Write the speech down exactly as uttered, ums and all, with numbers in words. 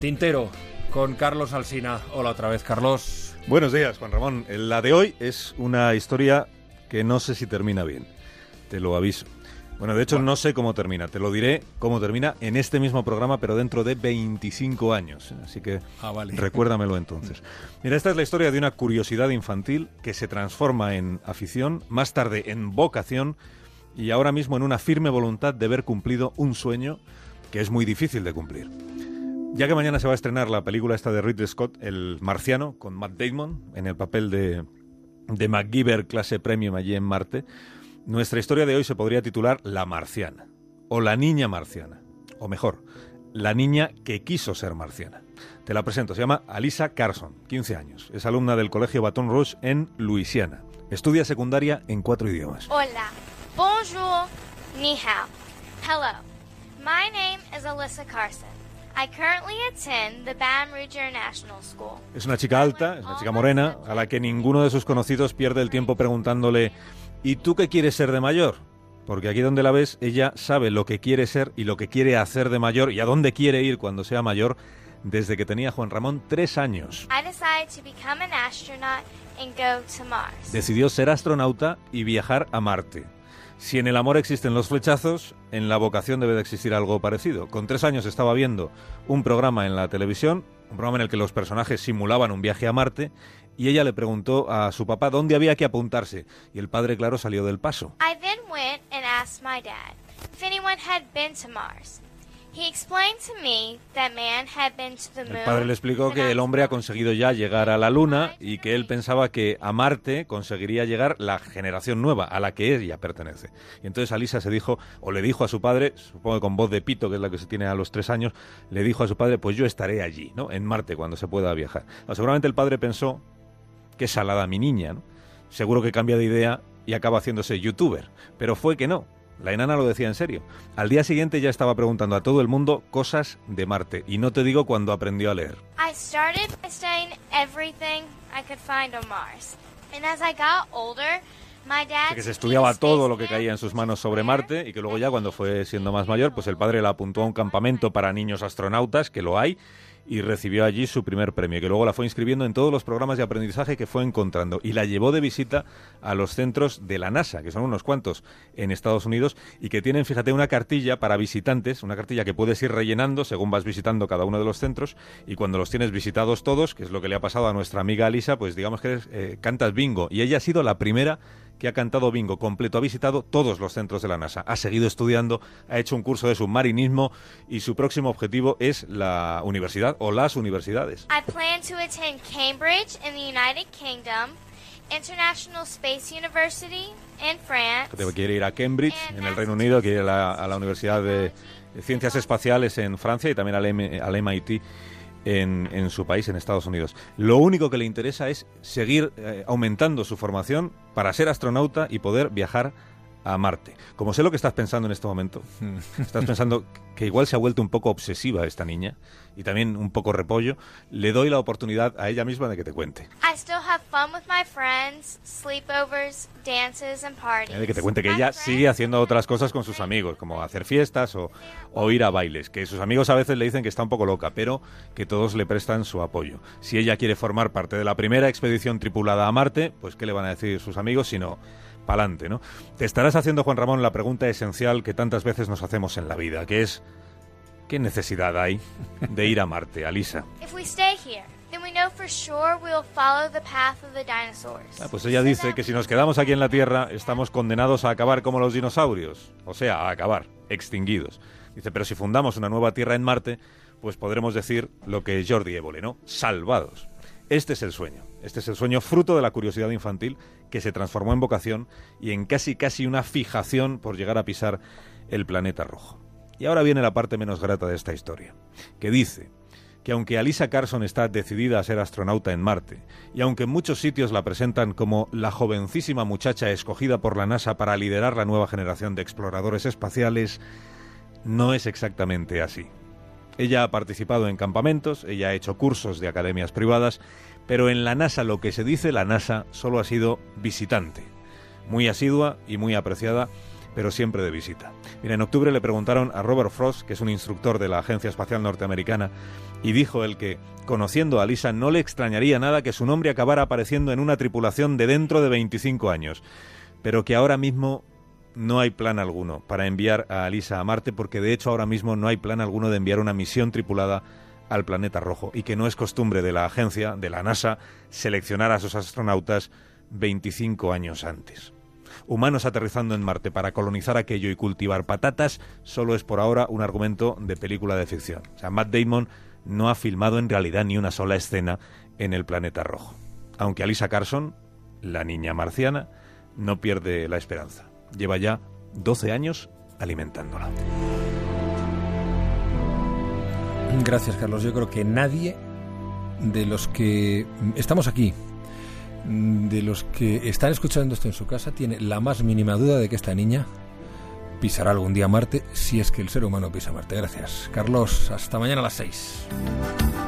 Tintero, con Carlos Alsina. Hola otra vez, Carlos. Buenos días, Juan Ramón. La de hoy es una historia que no sé si termina bien, te lo aviso. Bueno, de hecho bueno. no sé cómo termina, te lo diré cómo termina en este mismo programa, pero dentro de veinticinco años, así que ah, vale. recuérdamelo entonces. Mira, esta es la historia de una curiosidad infantil que se transforma en afición, más tarde en vocación y ahora mismo en una firme voluntad de ver cumplido un sueño que es muy difícil de cumplir. Ya que mañana se va a estrenar la película esta de Ridley Scott, El Marciano, con Matt Damon en el papel de, de MacGyver clase premium allí en Marte, nuestra historia de hoy se podría titular La Marciana, o La Niña Marciana, o mejor, La Niña que quiso ser marciana. Te la presento, se llama Alyssa Carson, quince años, es alumna del colegio Baton Rouge en Luisiana, estudia secundaria en cuatro idiomas. Hola, bonjour, ni hao, hello, my name is Alyssa Carson. I currently attend the Baton Rouge International School. Es una chica alta, es una chica morena, a la que ninguno de sus conocidos pierde el tiempo preguntándole ¿y tú qué quieres ser de mayor? Porque aquí donde la ves, ella sabe lo que quiere ser y lo que quiere hacer de mayor y a dónde quiere ir cuando sea mayor desde que tenía Juan Ramón tres años. I decided to become an astronaut and go to Mars. Decidió ser astronauta y viajar a Marte. Si en el amor existen los flechazos, en la vocación debe de existir algo parecido. Con tres años estaba viendo un programa en la televisión, un programa en el que los personajes simulaban un viaje a Marte, y ella le preguntó a su papá dónde había que apuntarse, y el padre, claro, salió del paso. I then went and asked my dad if anyone had been to Mars. He explained to me that man had been to the moon. El padre le explicó que el hombre ha conseguido ya llegar a la Luna y que él pensaba que a Marte conseguiría llegar la generación nueva a la que ella pertenece. Y entonces Alyssa se dijo, o le dijo a su padre, supongo que con voz de pito, que es la que se tiene a los tres años, le dijo a su padre, pues yo estaré allí, ¿no? En Marte cuando se pueda viajar. No, seguramente el padre pensó, qué salada mi niña, ¿no? Seguro que cambia de idea y acaba haciéndose youtuber. Pero fue que no. La enana lo decía en serio. Al día siguiente ya estaba preguntando a todo el mundo cosas de Marte. Y no te digo cuando aprendió a leer. I started by studying everything I could find on Mars. And as I got older, my dad... Que se estudiaba todo lo que caía en sus manos sobre Marte y que luego ya cuando fue siendo más mayor, pues el padre la apuntó a un campamento para niños astronautas, que lo hay, y recibió allí su primer premio, que luego la fue inscribiendo en todos los programas de aprendizaje que fue encontrando y la llevó de visita a los centros de la NASA, que son unos cuantos en Estados Unidos y que tienen, fíjate, una cartilla para visitantes, una cartilla que puedes ir rellenando según vas visitando cada uno de los centros y cuando los tienes visitados todos, que es lo que le ha pasado a nuestra amiga Alyssa, pues digamos que eres, eh, cantas bingo y ella ha sido la primera que ha cantado bingo completo, ha visitado todos los centros de la NASA, ha seguido estudiando, ha hecho un curso de submarinismo y su próximo objetivo es la universidad o las universidades. I plan to attend Cambridge in the United Kingdom, International Space University in France. Quiere ir a Cambridge en el Reino Unido, quiere ir a la, a la Universidad de Ciencias Espaciales en Francia y también al, M, al M I T. En, en su país, en Estados Unidos. Lo único que le interesa es seguir eh, aumentando su formación para ser astronauta y poder viajar a Marte. Como sé lo que estás pensando en este momento, estás pensando que igual se ha vuelto un poco obsesiva esta niña y también un poco repollo, le doy la oportunidad a ella misma de que te cuente. I still have fun with my friends, sleepovers, dances and parties. De que te cuente que ella sigue haciendo otras cosas con sus amigos, como hacer fiestas o, o ir a bailes, que sus amigos a veces le dicen que está un poco loca, pero que todos le prestan su apoyo. Si ella quiere formar parte de la primera expedición tripulada a Marte, pues ¿qué le van a decir sus amigos si no pa'lante, ¿no? Te estarás haciendo, Juan Ramón, la pregunta esencial que tantas veces nos hacemos en la vida, que es ¿qué necesidad hay de ir a Marte, Alyssa? If we stay here, then we know for sure we will follow the path of the dinosaurs. Ah, pues ella dice que si nos quedamos aquí en la Tierra estamos condenados a acabar como los dinosaurios, o sea, a acabar, extinguidos. Dice, pero si fundamos una nueva Tierra en Marte, pues podremos decir lo que Jordi Évole, ¿no? Salvados. Este es el sueño. Este es el sueño fruto de la curiosidad infantil que se transformó en vocación y en casi casi una fijación por llegar a pisar el planeta rojo. Y ahora viene la parte menos grata de esta historia, que dice que aunque Alyssa Carson está decidida a ser astronauta en Marte, y aunque en muchos sitios la presentan como la jovencísima muchacha escogida por la NASA para liderar la nueva generación de exploradores espaciales, no es exactamente así. Ella ha participado en campamentos, ella ha hecho cursos de academias privadas, pero en la NASA, lo que se dice, la NASA solo ha sido visitante, muy asidua y muy apreciada pero siempre de visita. Mira, en octubre le preguntaron a Robert Frost, que es un instructor de la Agencia Espacial Norteamericana, y dijo él que, conociendo a Lisa, no le extrañaría nada que su nombre acabara apareciendo en una tripulación de dentro de veinticinco años, pero que ahora mismo no hay plan alguno para enviar a Lisa a Marte, porque de hecho ahora mismo no hay plan alguno de enviar una misión tripulada al planeta rojo, y que no es costumbre de la agencia, de la NASA, seleccionar a sus astronautas veinticinco años antes. Humanos aterrizando en Marte para colonizar aquello y cultivar patatas solo es por ahora un argumento de película de ficción. O sea, Matt Damon no ha filmado en realidad ni una sola escena en el planeta rojo. Aunque Alyssa Carson, la niña marciana, no pierde la esperanza. Lleva ya doce años alimentándola. Gracias, Carlos. Yo creo que nadie de los que estamos aquí, de los que están escuchando esto en su casa, tiene la más mínima duda de que esta niña pisará algún día Marte, si es que el ser humano pisa Marte. Gracias, Carlos. Hasta mañana a las seis.